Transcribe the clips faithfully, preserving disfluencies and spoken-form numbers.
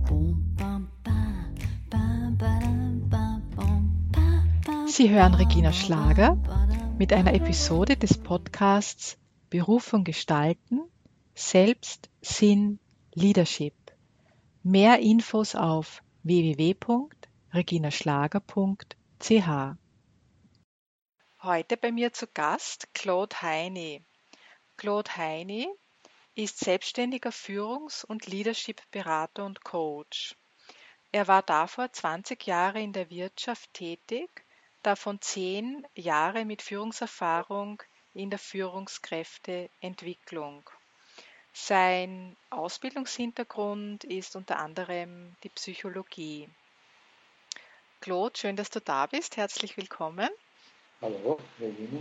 Sie hören Regina Schlager mit einer Episode des Podcasts Berufung gestalten, Selbst, Sinn, Leadership. Mehr Infos auf w w w punkt regina schlager punkt c h. Heute bei mir zu Gast Claude Heini. Claude Heini ist selbstständiger Führungs- und Leadership-Berater und Coach. Er war davor zwanzig Jahre in der Wirtschaft tätig, davon zehn Jahre mit Führungserfahrung in der Führungskräfteentwicklung. Sein Ausbildungshintergrund ist unter anderem die Psychologie. Claude, schön, dass du da bist. Herzlich willkommen. Hallo, Regina.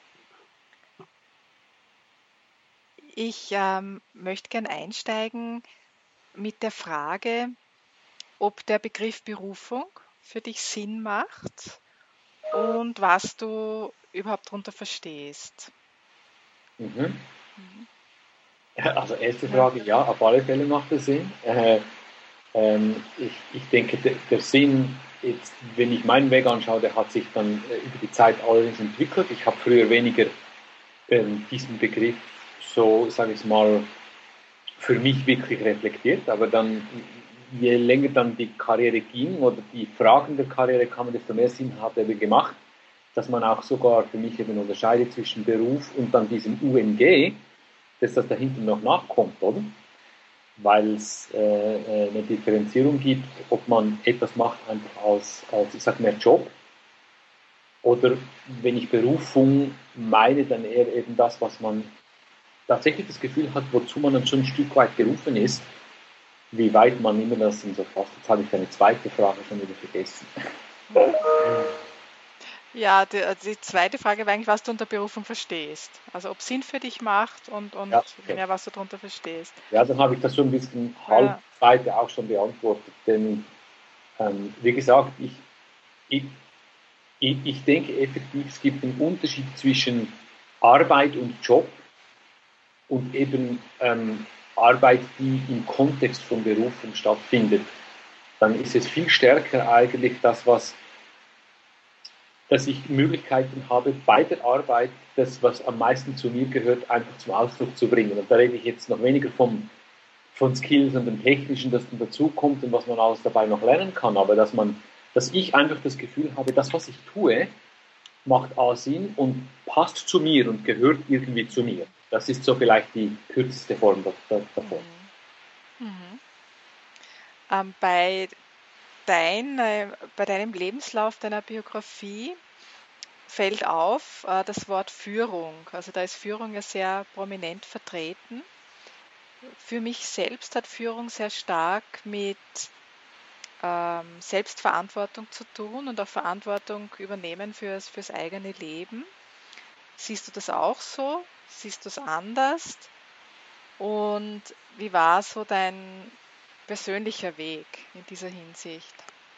Ich ähm, möchte gern einsteigen mit der Frage, ob der Begriff Berufung für dich Sinn macht und was du überhaupt darunter verstehst. Mhm. Also erste Frage, ja, auf alle Fälle macht es Sinn. Äh, ähm, ich, ich denke, der, der Sinn, jetzt, wenn ich meinen Weg anschaue, der hat sich dann äh, über die Zeit allerdings entwickelt. Ich habe früher weniger ähm, diesen Begriff so, sage ich mal, für mich wirklich reflektiert, aber dann, je länger dann die Karriere ging oder die Fragen der Karriere kamen, desto mehr Sinn hat er gemacht, dass man auch sogar für mich eben unterscheidet zwischen Beruf und dann diesem U N G, dass das dahinter noch nachkommt, oder? Weil es äh, eine Differenzierung gibt, ob man etwas macht einfach als, als ich sag mehr Job oder wenn ich Berufung meine, dann eher eben das, was man tatsächlich das Gefühl hat, wozu man dann schon ein Stück weit berufen ist, wie weit man immer das in so fasst. Jetzt habe ich eine zweite Frage schon wieder vergessen. Ja, die, die zweite Frage war eigentlich, was du unter Berufung verstehst. Also ob Sinn für dich macht und, und Ja, okay. ja, was du darunter verstehst. Ja, dann habe ich das schon ein bisschen halb Ja. zweite auch schon beantwortet. Denn ähm, wie gesagt, ich, ich, ich, ich denke effektiv, es gibt einen Unterschied zwischen Arbeit und Job und eben ähm, Arbeit, die im Kontext von Berufung stattfindet. Dann ist es viel stärker eigentlich das, was dass ich Möglichkeiten habe, bei der Arbeit das, was am meisten zu mir gehört, einfach zum Ausdruck zu bringen. Und da rede ich jetzt noch weniger vom, von Skills und dem Technischen, das dann dazukommt und was man alles dabei noch lernen kann, aber dass man, dass ich einfach das Gefühl habe, das, was ich tue, macht A Sinn und passt zu mir und gehört irgendwie zu mir. Das ist so vielleicht die kürzeste Form davon. Mhm. Mhm. Ähm, bei Dein, äh, bei deinem Lebenslauf, deiner Biografie fällt auf äh, das Wort Führung. Also da ist Führung ja sehr prominent vertreten. Für mich selbst hat Führung sehr stark mit ähm, Selbstverantwortung zu tun und auch Verantwortung übernehmen fürs, fürs eigene Leben. Siehst du das auch so? Siehst du es anders? Und wie war so dein persönlicher Weg in dieser Hinsicht?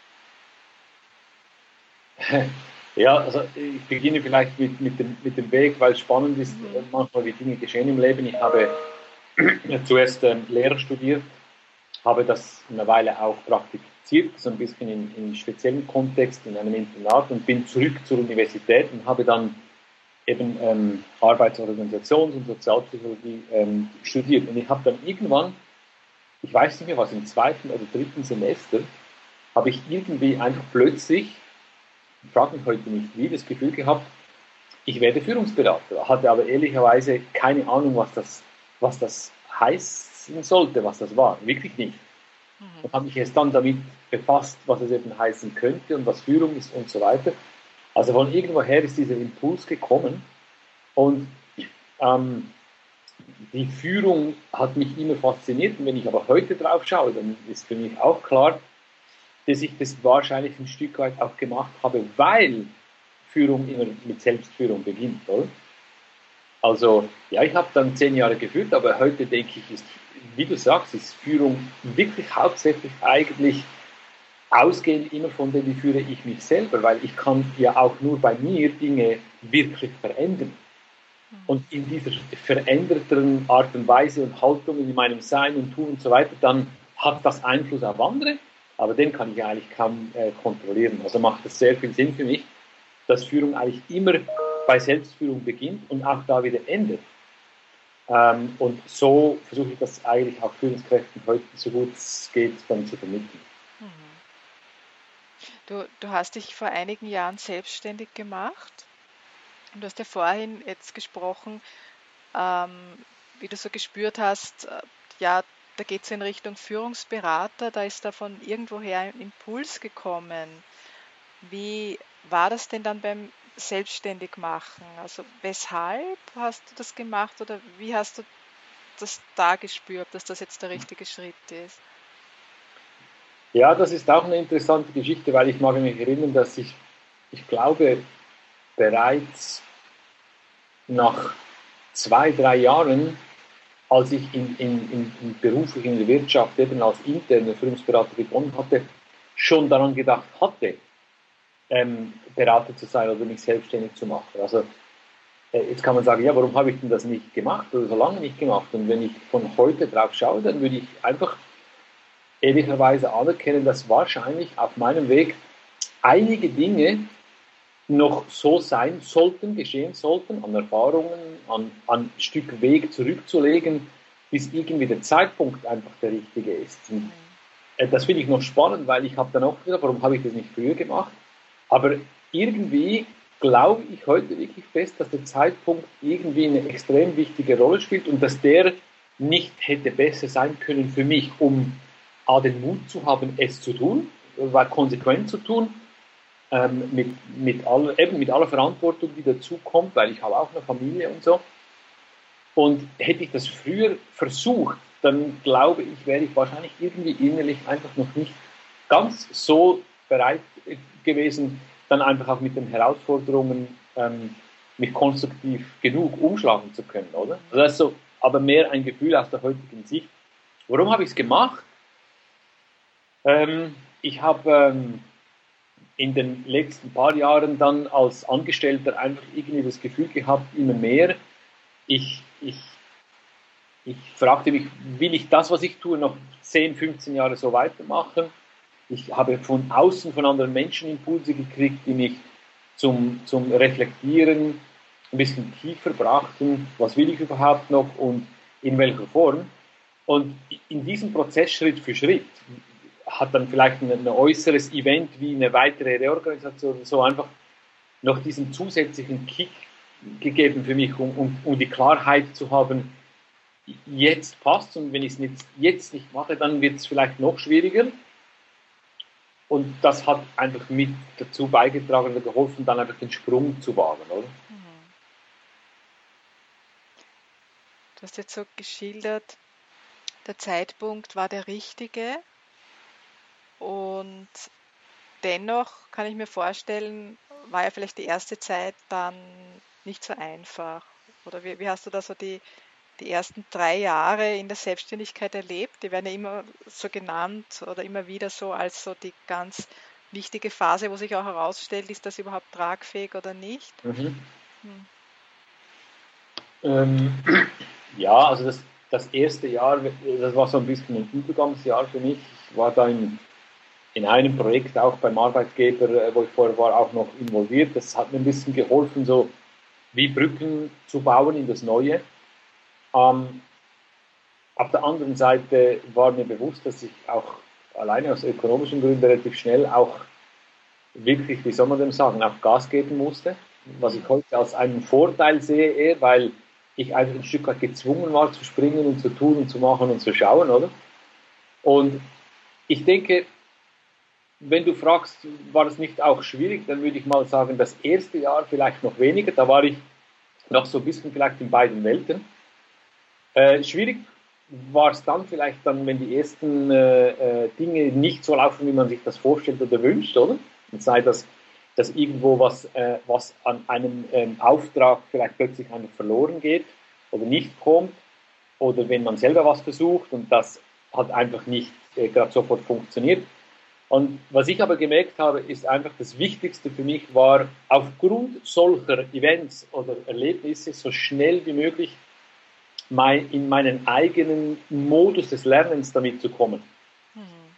Ja, also ich beginne vielleicht mit, mit, dem, mit dem Weg, weil es spannend ist, Mhm. manchmal wie Dinge geschehen im Leben. Ich habe zuerst ähm, Lehrer studiert, habe das eine Weile auch praktiziert, so ein bisschen in, in speziellen Kontext, in einem Internat und bin zurück zur Universität und habe dann eben ähm, Arbeitsorganisations- und Sozialpsychologie ähm, studiert. Und ich habe dann irgendwann, ich weiß nicht mehr was, im zweiten oder dritten Semester, habe ich irgendwie einfach plötzlich, ich frage mich heute nicht wie, das Gefühl gehabt, ich werde Führungsberater, hatte aber ehrlicherweise keine Ahnung, was das, was das heißen sollte, was das war, wirklich nicht. Mhm. Und habe mich erst dann damit befasst, was es eben heißen könnte und was Führung ist und so weiter. Also von irgendwoher ist dieser Impuls gekommen und ähm, die Führung hat mich immer fasziniert und wenn ich aber heute drauf schaue, dann ist für mich auch klar, dass ich das wahrscheinlich ein Stück weit auch gemacht habe, weil Führung immer mit Selbstführung beginnt, oder? Also, ja, ich habe dann zehn Jahre geführt, aber heute denke ich, ist, wie du sagst, ist Führung wirklich hauptsächlich eigentlich ausgehend immer von dem, wie führe ich mich selber, weil ich kann ja auch nur bei mir Dinge wirklich verändern. Und in dieser veränderten Art und Weise und Haltung in meinem Sein und Tun und so weiter, dann hat das Einfluss auf andere, aber den kann ich eigentlich kaum äh, kontrollieren. Also macht es sehr viel Sinn für mich, dass Führung eigentlich immer bei Selbstführung beginnt und auch da wieder endet. Ähm, und so versuche ich das eigentlich auch Führungskräften heute so gut es geht dann zu vermitteln. Mhm. Du, du hast dich vor einigen Jahren selbstständig gemacht und du hast ja vorhin jetzt gesprochen, ähm, wie du so gespürt hast, äh, ja, da geht es in Richtung Führungsberater, da ist da von irgendwoher ein Impuls gekommen. Wie war das denn dann beim Selbstständigmachen? Also weshalb hast du das gemacht oder wie hast du das da gespürt, dass das jetzt der richtige Schritt ist? Ja, das ist auch eine interessante Geschichte, weil ich mag mich erinnern, dass ich, ich glaube, bereits nach zwei, drei Jahren, als ich in, in, in, in beruflich in der Wirtschaft eben als interner Führungsberater begonnen hatte, schon daran gedacht hatte, ähm, Berater zu sein oder mich selbstständig zu machen. Also äh, jetzt kann man sagen, ja, warum habe ich denn das nicht gemacht oder so lange nicht gemacht? Und wenn ich von heute drauf schaue, dann würde ich einfach ehrlicherweise anerkennen, dass wahrscheinlich auf meinem Weg einige Dinge noch so sein sollten, geschehen sollten, an Erfahrungen, an, an ein Stück Weg zurückzulegen, bis irgendwie der Zeitpunkt einfach der richtige ist. Und, äh, das finde ich noch spannend, weil ich habe dann auch gedacht, warum habe ich das nicht früher gemacht? Aber irgendwie glaube ich heute wirklich fest, dass der Zeitpunkt irgendwie eine extrem wichtige Rolle spielt und dass der nicht hätte besser sein können für mich, um A, den Mut zu haben, es zu tun, weil konsequent zu tun, ähm, mit, mit, aller, eben mit aller Verantwortung, die dazu kommt, weil ich habe auch eine Familie und so. Und hätte ich das früher versucht, dann glaube ich, wäre ich wahrscheinlich irgendwie innerlich einfach noch nicht ganz so bereit gewesen, dann einfach auch mit den Herausforderungen ähm, mich konstruktiv genug umschlagen zu können, oder? Also das ist so, aber mehr ein Gefühl aus der heutigen Sicht. Warum habe ich es gemacht? Ähm, ich habe ähm, in den letzten paar Jahren dann als Angestellter einfach irgendwie das Gefühl gehabt, immer mehr, ich, ich, ich fragte mich, will ich das, was ich tue, noch zehn, fünfzehn Jahre so weitermachen? Ich habe von außen, von anderen Menschen Impulse gekriegt, die mich zum, zum Reflektieren ein bisschen tiefer brachten. Was will ich überhaupt noch und in welcher Form? Und in diesem Prozess Schritt für Schritt hat dann vielleicht ein, ein äußeres Event wie eine weitere Reorganisation so einfach noch diesen zusätzlichen Kick gegeben für mich, um, um, um die Klarheit zu haben, jetzt passt und wenn ich es jetzt nicht mache, dann wird es vielleicht noch schwieriger. Und das hat einfach mit dazu beigetragen oder geholfen, dann einfach den Sprung zu wagen, oder? Du hast jetzt so geschildert, der Zeitpunkt war der richtige und dennoch kann ich mir vorstellen, war ja vielleicht die erste Zeit dann nicht so einfach. Oder wie, wie hast du da so die, die ersten drei Jahre in der Selbstständigkeit erlebt? Die werden ja immer so genannt oder immer wieder so als so die ganz wichtige Phase, wo sich auch herausstellt, ist das überhaupt tragfähig oder nicht? Mhm. Hm. Ähm, ja, also das, das erste Jahr, das war so ein bisschen ein Übergangsjahr für mich. Ich war da in, in einem Projekt auch beim Arbeitgeber, wo ich vorher war, auch noch involviert. Das hat mir ein bisschen geholfen, so wie Brücken zu bauen in das Neue. Ähm, auf der anderen Seite war mir bewusst, dass ich auch alleine aus ökonomischen Gründen relativ schnell auch wirklich, wie soll man dem sagen, auch Gas geben musste, was ich heute als einen Vorteil sehe eher, weil ich einfach ein Stück weit gezwungen war zu springen und zu tun und zu machen und zu schauen, oder? Und ich denke, wenn du fragst, war das nicht auch schwierig, dann würde ich mal sagen, das erste Jahr vielleicht noch weniger, da war ich noch so ein bisschen vielleicht in beiden Welten. Äh, schwierig war es dann vielleicht dann, wenn die ersten äh, äh, Dinge nicht so laufen, wie man sich das vorstellt oder wünscht, oder? Und sei das, dass irgendwo was, äh, was an einem ähm, Auftrag vielleicht plötzlich einfach verloren geht oder nicht kommt, oder wenn man selber was versucht und das hat einfach nicht äh, gerade sofort funktioniert. Und was ich aber gemerkt habe, ist einfach das Wichtigste für mich war, aufgrund solcher Events oder Erlebnisse so schnell wie möglich mein, in meinen eigenen Modus des Lernens damit zu kommen.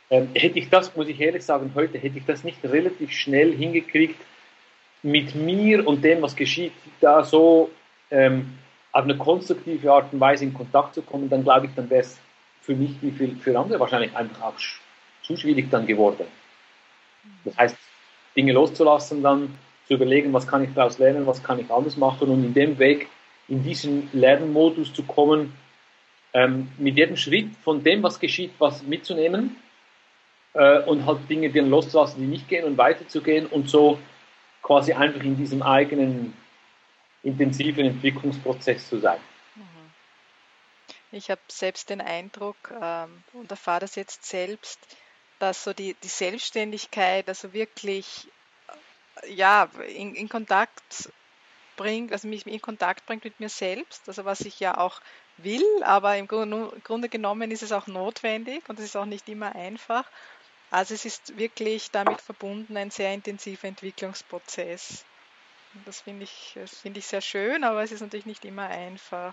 ähm, hätte ich das, muss ich ehrlich sagen, heute hätte ich das nicht relativ schnell hingekriegt, mit mir und dem, was geschieht, da so ähm, auf eine konstruktive Art und Weise in Kontakt zu kommen, dann glaube ich, dann wäre es für mich wie für, für andere wahrscheinlich einfach auch zu schwierig dann geworden. Das heißt, Dinge loszulassen, dann zu überlegen, was kann ich daraus lernen, was kann ich anders machen und in dem Weg in diesen Lernmodus zu kommen, ähm, mit jedem Schritt von dem, was geschieht, was mitzunehmen äh, und halt Dinge dann loszulassen, die nicht gehen und weiterzugehen und so quasi einfach in diesem eigenen intensiven Entwicklungsprozess zu sein. Ich habe selbst den Eindruck ähm, und erfahre das jetzt selbst, dass so die, die Selbstständigkeit also wirklich ja, in, in Kontakt bringt, also mich in Kontakt bringt mit mir selbst, also was ich ja auch will, aber im Grunde, im Grunde genommen ist es auch notwendig und es ist auch nicht immer einfach. Also es ist wirklich damit verbunden ein sehr intensiver Entwicklungsprozess. Und das finde ich, das finde ich sehr schön, aber es ist natürlich nicht immer einfach.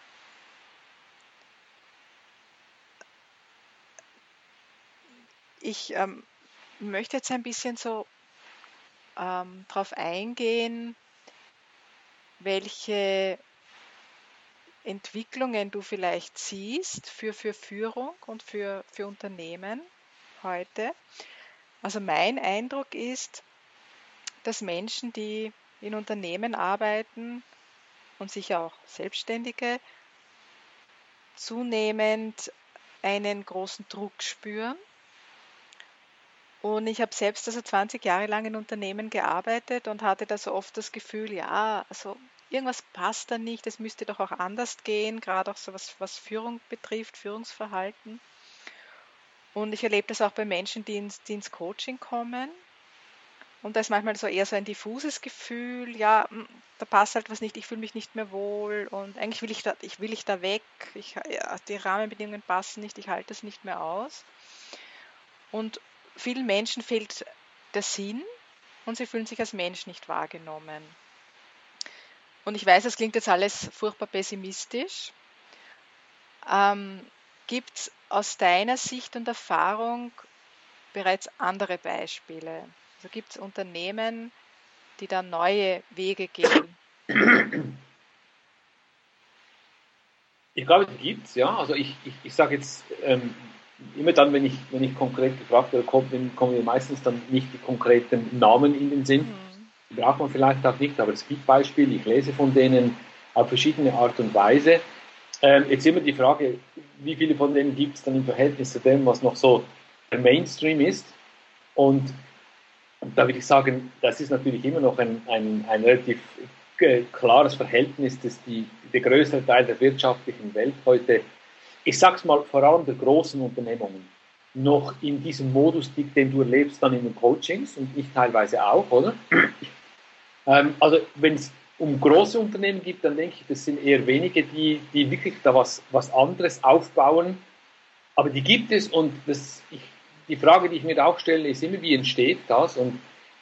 Ich ähm, möchte jetzt ein bisschen so ähm, darauf eingehen, welche Entwicklungen du vielleicht siehst für, für Führung und für, für Unternehmen heute. Also mein Eindruck ist, dass Menschen, die in Unternehmen arbeiten und sicher auch Selbstständige, zunehmend einen großen Druck spüren. Und ich habe selbst also zwanzig Jahre lang in Unternehmen gearbeitet und hatte da so oft das Gefühl, ja, also irgendwas passt da nicht, es müsste doch auch anders gehen, gerade auch so was, was Führung betrifft, Führungsverhalten. Und ich erlebe das auch bei Menschen, die ins, die ins Coaching kommen. Und da ist manchmal so eher so ein diffuses Gefühl, ja, da passt halt was nicht, ich fühle mich nicht mehr wohl und eigentlich will ich da, ich will ich da weg, ich, ja, die Rahmenbedingungen passen nicht, ich halte es nicht mehr aus. Und vielen Menschen fehlt der Sinn und sie fühlen sich als Mensch nicht wahrgenommen. Und ich weiß, das klingt jetzt alles furchtbar pessimistisch. Ähm, gibt es aus deiner Sicht und Erfahrung bereits andere Beispiele? Also gibt es Unternehmen, die da neue Wege gehen? Ich glaube, die gibt es, ja. Also ich, ich, ich sage jetzt, ähm, immer dann, wenn ich, wenn ich konkret gefragt werde, kommen, kommen mir meistens dann nicht die konkreten Namen in den Sinn. Mhm. Die braucht man vielleicht auch nicht, aber es gibt Beispiele, ich lese von denen auf verschiedene Art und Weise. Ähm, jetzt immer die Frage, wie viele von denen gibt es dann im Verhältnis zu dem, was noch so der Mainstream ist. Und da würde ich sagen, das ist natürlich immer noch ein, ein, ein relativ klares Verhältnis, dass die, der größere Teil der wirtschaftlichen Welt heute, ich sag's mal, vor allem der großen Unternehmungen, noch in diesem Modus liegt, den du erlebst dann in den Coachings und ich teilweise auch, oder? ähm, also wenn es um große Unternehmen geht, dann denke ich, das sind eher wenige, die, die wirklich da was, was anderes aufbauen, aber die gibt es und das, ich, die Frage, die ich mir auch stelle, ist immer, wie entsteht das? Und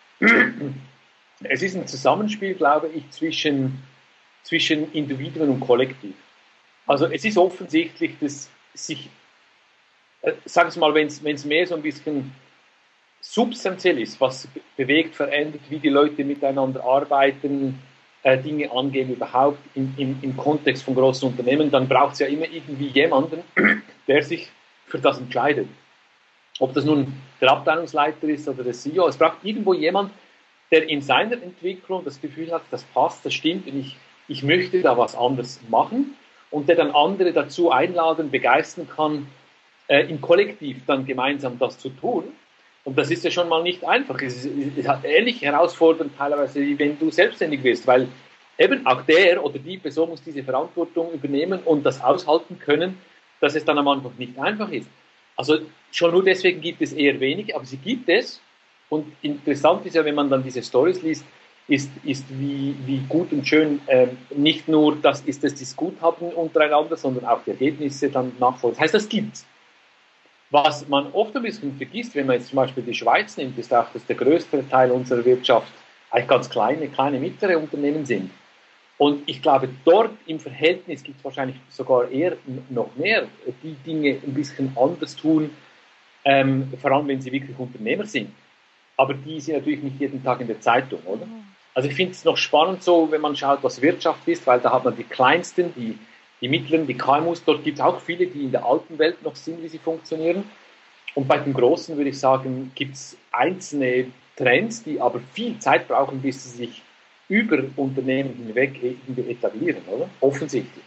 es ist ein Zusammenspiel, glaube ich, zwischen, zwischen Individuen und Kollektiv. Also es ist offensichtlich, dass sich, äh, sag ich mal, wenn es mehr so ein bisschen substanziell ist, was bewegt, verändert, wie die Leute miteinander arbeiten, äh, Dinge angehen überhaupt im, im, im Kontext von großen Unternehmen, dann braucht es ja immer irgendwie jemanden, der sich für das entscheidet. Ob das nun der Abteilungsleiter ist oder der C E O, es braucht irgendwo jemand, der in seiner Entwicklung das Gefühl hat, das passt, das stimmt und ich, ich möchte da was anderes machen und der dann andere dazu einladen, begeistern kann, äh, im Kollektiv dann gemeinsam das zu tun. Und das ist ja schon mal nicht einfach. Es ist, es hat ähnlich herausfordernd teilweise, wie wenn du selbstständig wirst, weil eben auch der oder die Person muss diese Verantwortung übernehmen und das aushalten können, dass es dann am Anfang nicht einfach ist. Also schon nur deswegen gibt es eher wenig, aber sie gibt es. Und interessant ist ja, wenn man dann diese Stories liest, ist, ist wie, wie gut und schön äh, nicht nur das ist das, das Guthaben untereinander, sondern auch die Ergebnisse dann nachfolgen. Das heißt, das gibt's. Was man oft ein bisschen vergisst, wenn man jetzt zum Beispiel die Schweiz nimmt, ist auch, dass der größte Teil unserer Wirtschaft eigentlich ganz kleine, kleine, mittlere Unternehmen sind. Und ich glaube, dort im Verhältnis gibt es wahrscheinlich sogar eher noch mehr, die Dinge ein bisschen anders tun, ähm, vor allem wenn sie wirklich Unternehmer sind. Aber die sind natürlich nicht jeden Tag in der Zeitung, oder? Also ich finde es noch spannend so, wenn man schaut, was Wirtschaft ist, weil da hat man die Kleinsten, die, die Mittleren, die K M Us, dort gibt es auch viele, die in der alten Welt noch sind, wie sie funktionieren. Und bei den Großen würde ich sagen, gibt es einzelne Trends, die aber viel Zeit brauchen, bis sie sich über Unternehmen hinweg etablieren, oder? Offensichtlich.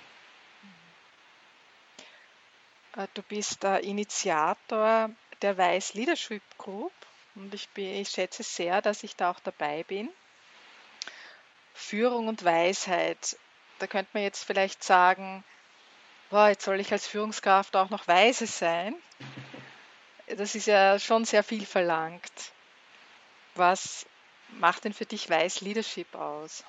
Du bist der Initiator der Wise Leadership Group und ich, bin, ich schätze sehr, dass ich da auch dabei bin. Führung und Weisheit, da könnte man jetzt vielleicht sagen, boah, jetzt soll ich als Führungskraft auch noch weise sein. Das ist ja schon sehr viel verlangt. Was macht denn für dich Wise Leadership aus?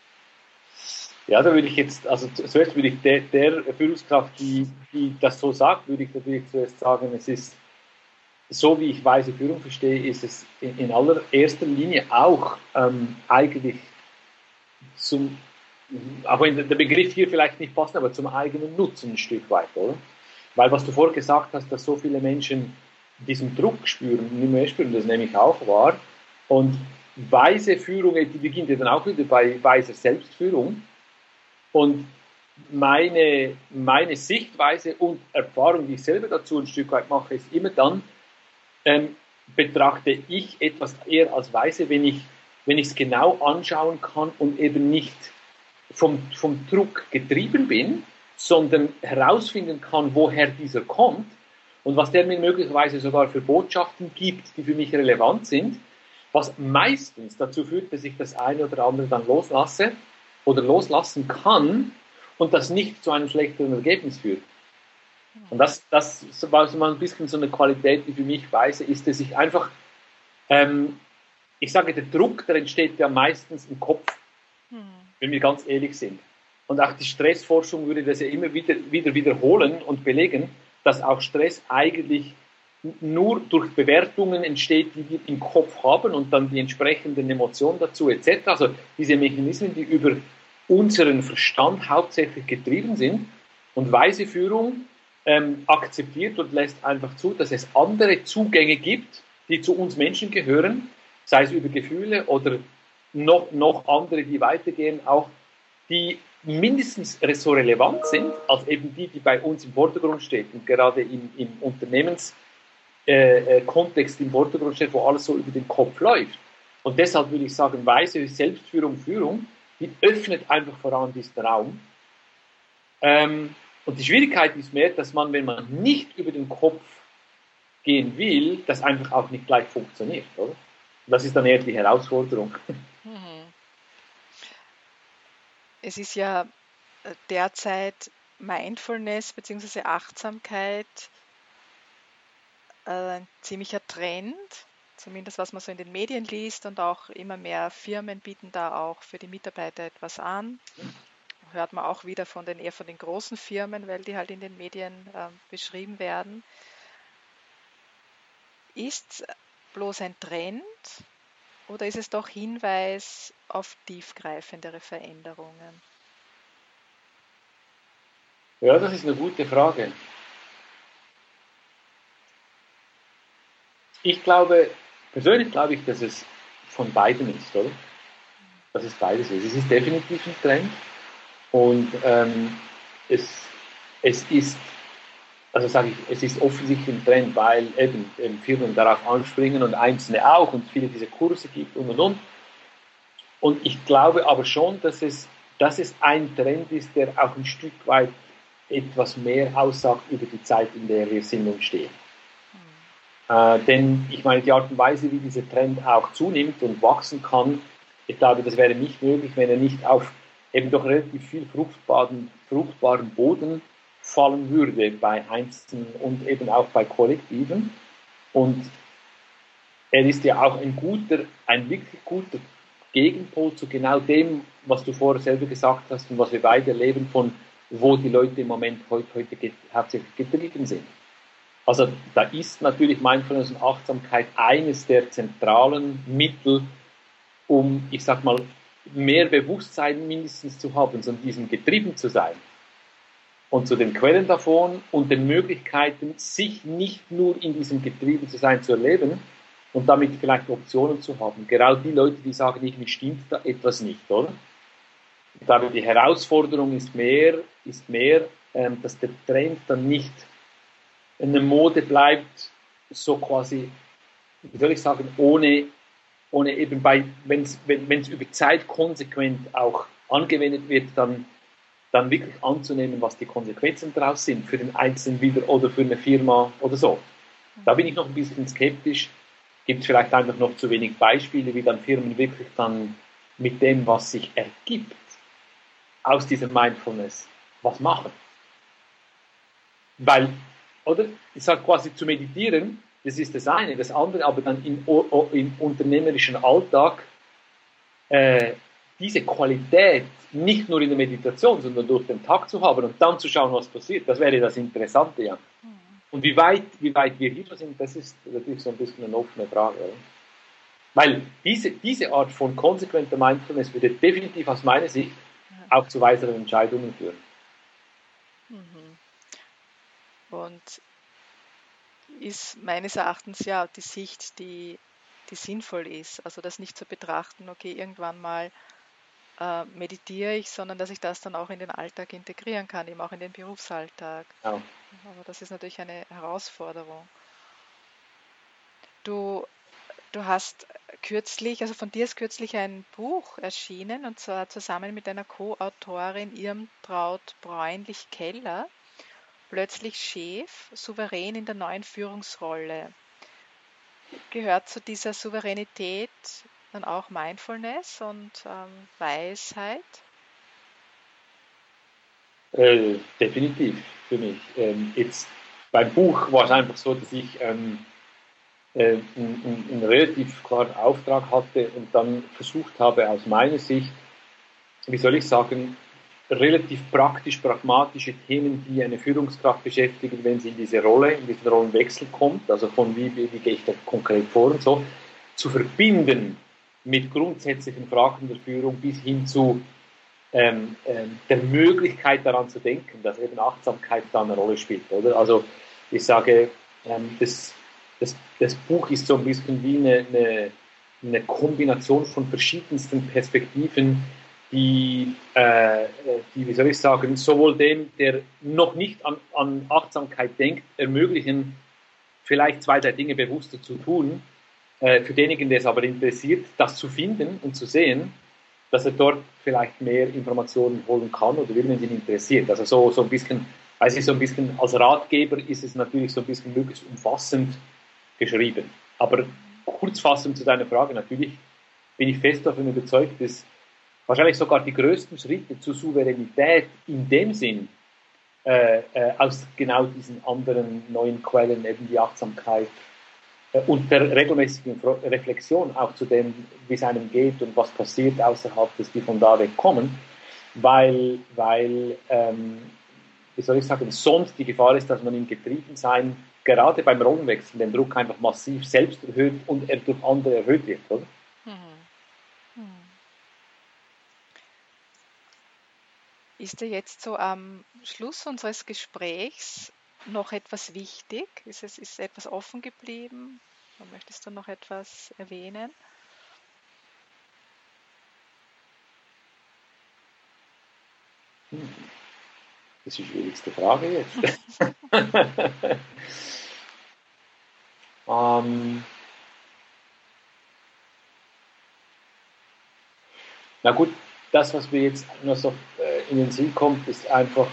Ja, da würde ich jetzt, also zuerst würde ich der, der Führungskraft, die, die das so sagt, würde ich natürlich zuerst sagen, es ist, so wie ich weise Führung verstehe, ist es in, in allererster Linie auch ähm, eigentlich zum, auch wenn der Begriff hier vielleicht nicht passt, aber zum eigenen Nutzen ein Stück weit, oder? Weil was du vorher gesagt hast, dass so viele Menschen diesen Druck spüren, nicht mehr spüren, das nehme ich auch wahr. Und weise Führung, die beginnt ja dann auch wieder bei weiser Selbstführung. Und meine, meine Sichtweise und Erfahrung, die ich selber dazu ein Stück weit mache, ist immer dann, ähm, betrachte ich etwas eher als weise, wenn ich wenn ich es genau anschauen kann und eben nicht vom, vom Druck getrieben bin, sondern herausfinden kann, woher dieser kommt und was der mir möglicherweise sogar für Botschaften gibt, die für mich relevant sind, was meistens dazu führt, dass ich das eine oder andere dann loslasse oder loslassen kann und das nicht zu einem schlechteren Ergebnis führt. Und das, das war so mal ein bisschen so eine Qualität, die für mich weise ist, dass ich einfach ähm, ich sage, der Druck, der entsteht ja meistens im Kopf, hm. wenn wir ganz ehrlich sind. Und auch die Stressforschung würde das ja immer wieder, wieder wiederholen und belegen, dass auch Stress eigentlich nur durch Bewertungen entsteht, die wir im Kopf haben und dann die entsprechenden Emotionen dazu et cetera. Also diese Mechanismen, die über unseren Verstand hauptsächlich getrieben sind. Und weise Führung ähm, akzeptiert und lässt einfach zu, dass es andere Zugänge gibt, die zu uns Menschen gehören, sei es über Gefühle oder noch, noch andere, die weitergehen, auch die mindestens so relevant sind, als eben die, die bei uns im Vordergrund stehen und gerade im, im Unternehmenskontext äh, im Vordergrund steht, wo alles so über den Kopf läuft. Und deshalb würde ich sagen, weise Selbstführung, Führung, die öffnet einfach vor allem diesen Raum. Ähm, und die Schwierigkeit ist mehr, dass man, wenn man nicht über den Kopf gehen will, das einfach auch nicht gleich funktioniert, oder? Das ist dann eher die Herausforderung. Es ist ja derzeit Mindfulness bzw. Achtsamkeit ein ziemlicher Trend, zumindest was man so in den Medien liest, und auch immer mehr Firmen bieten da auch für die Mitarbeiter etwas an. Hört man auch wieder von den eher von den großen Firmen, weil die halt in den Medien äh, beschrieben werden. Ist bloß ein Trend oder ist es doch Hinweis auf tiefgreifendere Veränderungen? Ja, das ist eine gute Frage. Ich glaube, persönlich glaube ich, dass es von beiden ist, oder? Dass es beides ist. Es ist definitiv ein Trend und ähm, es, es ist, also sage ich, es ist offensichtlich ein Trend, weil eben, eben Firmen darauf anspringen und Einzelne auch und viele diese Kurse gibt und und und. Und ich glaube aber schon, dass es, dass es ein Trend ist, der auch ein Stück weit etwas mehr aussagt über die Zeit, in der wir sind und stehen. Mhm. Äh, denn ich meine, die Art und Weise, wie dieser Trend auch zunimmt und wachsen kann, ich glaube, das wäre nicht möglich, wenn er nicht auf eben doch relativ viel fruchtbaren, fruchtbaren Boden fallen würde bei Einzelnen und eben auch bei Kollektiven. Und er ist ja auch ein guter, ein wirklich guter Gegenpol zu genau dem, was du vorher selber gesagt hast und was wir beide erleben, von wo die Leute im Moment heute, heute hauptsächlich getrieben sind. Also da ist natürlich Mindfulness und Achtsamkeit eines der zentralen Mittel, um, ich sag mal, mehr Bewusstsein mindestens zu haben, so in diesem getrieben zu sein. und zu den Quellen davon und den Möglichkeiten, sich nicht nur in diesem Getriebe zu sein, zu erleben und damit vielleicht Optionen zu haben. Gerade die Leute, die sagen, irgendwie stimmt da etwas nicht, oder? Ich glaube, die Herausforderung ist mehr, ist mehr ähm, dass der Trend dann nicht eine Mode bleibt, so quasi, wie soll ich sagen, ohne, ohne eben bei, wenn's, wenn es über Zeit konsequent auch angewendet wird, dann dann wirklich anzunehmen, was die Konsequenzen daraus sind für den Einzelnen wieder oder für eine Firma oder so. Da bin ich noch ein bisschen skeptisch. Gibt es vielleicht einfach noch zu wenig Beispiele, wie dann Firmen wirklich dann mit dem, was sich ergibt, aus dieser Mindfulness was machen. Weil, oder? Ich sage quasi zu meditieren, das ist das eine, das andere, aber dann im, im unternehmerischen Alltag äh, diese Qualität nicht nur in der Meditation, sondern durch den Tag zu haben und dann zu schauen, was passiert, das wäre das Interessante, ja. Und wie weit, wie weit wir hier sind, das ist natürlich so ein bisschen eine offene Frage. Oder? Weil diese, diese Art von konsequenter Mindfulness würde definitiv aus meiner Sicht auch zu weiteren Entscheidungen führen. Und ist meines Erachtens ja die Sicht, die, die sinnvoll ist. Also das nicht zu betrachten, okay, irgendwann mal äh, meditiere ich, sondern dass ich das dann auch in den Alltag integrieren kann, eben auch in den Berufsalltag. Ja. Aber das ist natürlich eine Herausforderung. Du, du hast kürzlich, also von dir ist kürzlich ein Buch erschienen, und zwar zusammen mit einer Co-Autorin Irmtraut Bräunlich-Keller, Plötzlich Chef, souverän in der neuen Führungsrolle. Gehört zu dieser Souveränität dann auch Mindfulness und ähm, Weisheit? Äh, definitiv für mich. Ähm, jetzt beim Buch war es einfach so, dass ich ähm, äh, einen, einen relativ klaren Auftrag hatte und dann versucht habe, aus meiner Sicht, wie soll ich sagen, relativ praktisch, pragmatische Themen, die eine Führungskraft beschäftigen, wenn sie in diese Rolle, in diesen Rollenwechsel kommt, also von wie, wie, wie gehe ich da konkret vor und so, zu verbinden mit grundsätzlichen Fragen der Führung bis hin zu ähm, ähm, der Möglichkeit daran zu denken, dass eben Achtsamkeit da eine Rolle spielt, oder? Also ich sage, ähm, das, das, das Buch ist so ein bisschen wie eine, eine, eine Kombination von verschiedensten Perspektiven, die, äh, die, wie soll ich sagen, sowohl dem, der noch nicht an, an Achtsamkeit denkt, ermöglichen, vielleicht zwei, drei Dinge bewusster zu tun, äh, für denjenigen, der es aber interessiert, das zu finden und zu sehen, dass er dort vielleicht mehr Informationen holen kann oder will, wenn es ihn interessiert. Also so, so ein bisschen, weiß ich, so ein bisschen als Ratgeber ist es natürlich so ein bisschen möglichst umfassend geschrieben. Aber kurzfassend zu deiner Frage, natürlich bin ich fest davon überzeugt, dass wahrscheinlich sogar die größten Schritte zur Souveränität in dem Sinn äh, äh, aus genau diesen anderen neuen Quellen, eben die Achtsamkeit äh, und der regelmäßigen Reflexion auch zu dem, wie es einem geht und was passiert außerhalb, dass die von da wegkommen, weil, weil ähm, wie soll ich sagen, sonst die Gefahr ist, dass man im Getriebensein gerade beim Rollenwechsel den Druck einfach massiv selbst erhöht und er durch andere erhöht wird, oder? Ist dir jetzt so am Schluss unseres Gesprächs noch etwas wichtig? Ist es ist etwas offen geblieben? Oder möchtest du noch etwas erwähnen? Das ist die schwierigste Frage jetzt. ähm, na gut, das, was mir jetzt noch so äh, in den Sinn kommt, ist einfach,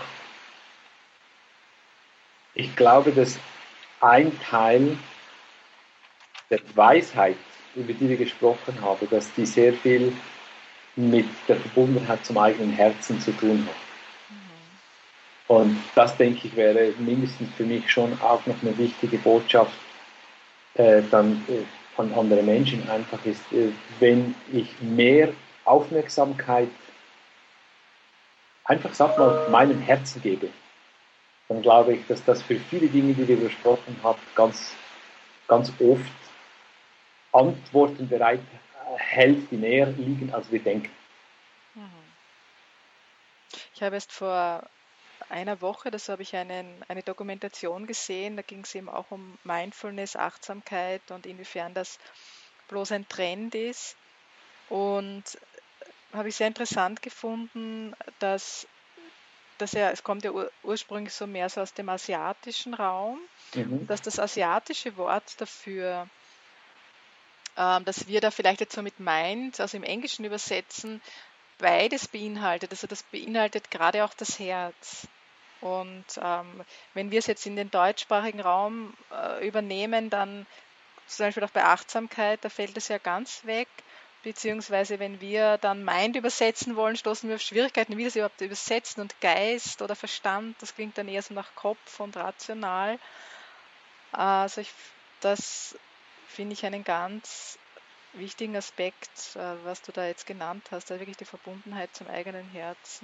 ich glaube, dass ein Teil der Weisheit, über die wir gesprochen haben, dass die sehr viel mit der Verbundenheit zum eigenen Herzen zu tun hat. Und das, denke ich, wäre mindestens für mich schon auch noch eine wichtige Botschaft äh, dann äh, an andere Menschen einfach ist, äh, wenn ich mehr Aufmerksamkeit einfach, sag mal, meinem Herzen gebe, dann glaube ich, dass das für viele Dinge, die wir besprochen haben, ganz, ganz oft Antworten bereit hält, die näher liegen, als wir denken. Ich habe erst vor einer Woche, das habe ich einen, eine Dokumentation gesehen, da ging es eben auch um Mindfulness, Achtsamkeit und inwiefern das bloß ein Trend ist. Und habe ich sehr interessant gefunden, dass, dass er, es kommt ja ur, ursprünglich so mehr so aus dem asiatischen Raum, Mhm. dass das asiatische Wort dafür, ähm, dass wir da vielleicht jetzt so mit Mind, also im Englischen übersetzen, beides beinhaltet. Also das beinhaltet gerade auch das Herz. Und ähm, wenn wir es jetzt in den deutschsprachigen Raum äh, übernehmen, dann zum Beispiel auch bei Achtsamkeit, da fällt es ja ganz weg. Beziehungsweise wenn wir dann Mind übersetzen wollen, stoßen wir auf Schwierigkeiten, wie das überhaupt übersetzen, und Geist oder Verstand, das klingt dann eher so nach Kopf und rational. Also ich, das finde ich einen ganz wichtigen Aspekt, äh, was du da jetzt genannt hast, also wirklich die Verbundenheit zum eigenen Herzen.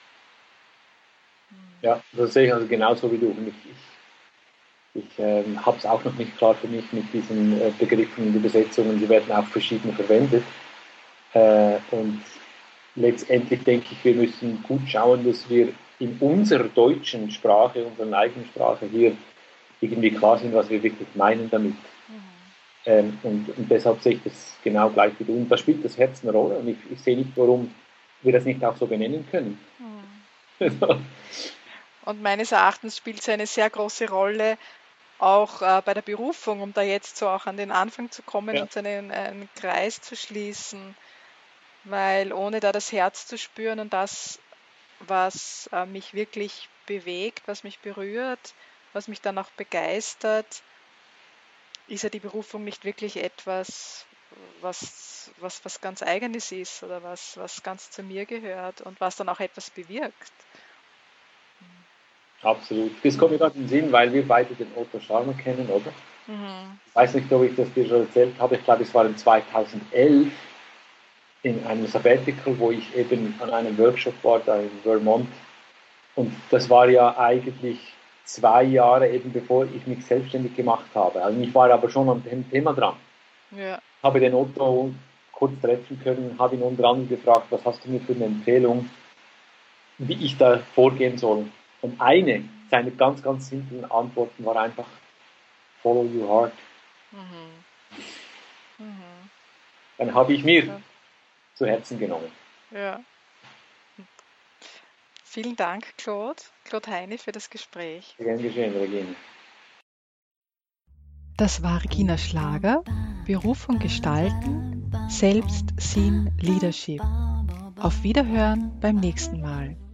Ja, das sehe ich also genauso wie du. Und ich ich, ich ähm, habe es auch noch nicht klar für mich mit diesen äh, Begriffen und Übersetzungen. Die werden auch verschieden verwendet. Äh, und letztendlich denke ich, wir müssen gut schauen, dass wir in unserer deutschen Sprache, unserer eigenen Sprache hier irgendwie klar sind, was wir wirklich meinen damit. Mhm. Ähm, und, und deshalb sehe ich das genau gleich wie du. Und da spielt das Herz eine Rolle. Und ich, ich sehe nicht, warum wir das nicht auch so benennen können. Mhm. Und meines Erachtens spielt es eine sehr große Rolle, auch äh, bei der Berufung, um da jetzt so auch an den Anfang zu kommen Ja. und so einen, einen Kreis zu schließen, weil ohne da das Herz zu spüren und das, was äh, mich wirklich bewegt, was mich berührt, was mich dann auch begeistert, ist ja die Berufung nicht wirklich etwas, was, was, was ganz Eigenes ist oder was, was ganz zu mir gehört und was dann auch etwas bewirkt. Absolut. Das kommt mir gerade in den Sinn, weil wir beide den Otto Scharmer kennen, oder? Mhm. Ich weiß nicht, ob ich das dir schon erzählt habe. Ich glaube, es war in zweitausendelf in einem Sabbatical, wo ich eben an einem Workshop war, da in Vermont. Und das war ja eigentlich zwei Jahre eben bevor ich mich selbstständig gemacht habe. Also ich war aber schon an dem Thema dran. Ja. Habe den Otto kurz treffen können, habe ihn unter anderem gefragt, was hast du mir für eine Empfehlung, wie ich da vorgehen soll. Und eine seiner ganz, ganz simplen Antworten war einfach, follow your heart. Mhm. Mhm. Dann habe ich mir Ja. zu Herzen genommen. Ja. Vielen Dank, Claude, Claude Heine, für das Gespräch. Sehr gern geschehen, Regine. Das war Regina Schlager, Berufung gestalten, Selbstsinn, Leadership. Auf Wiederhören beim nächsten Mal.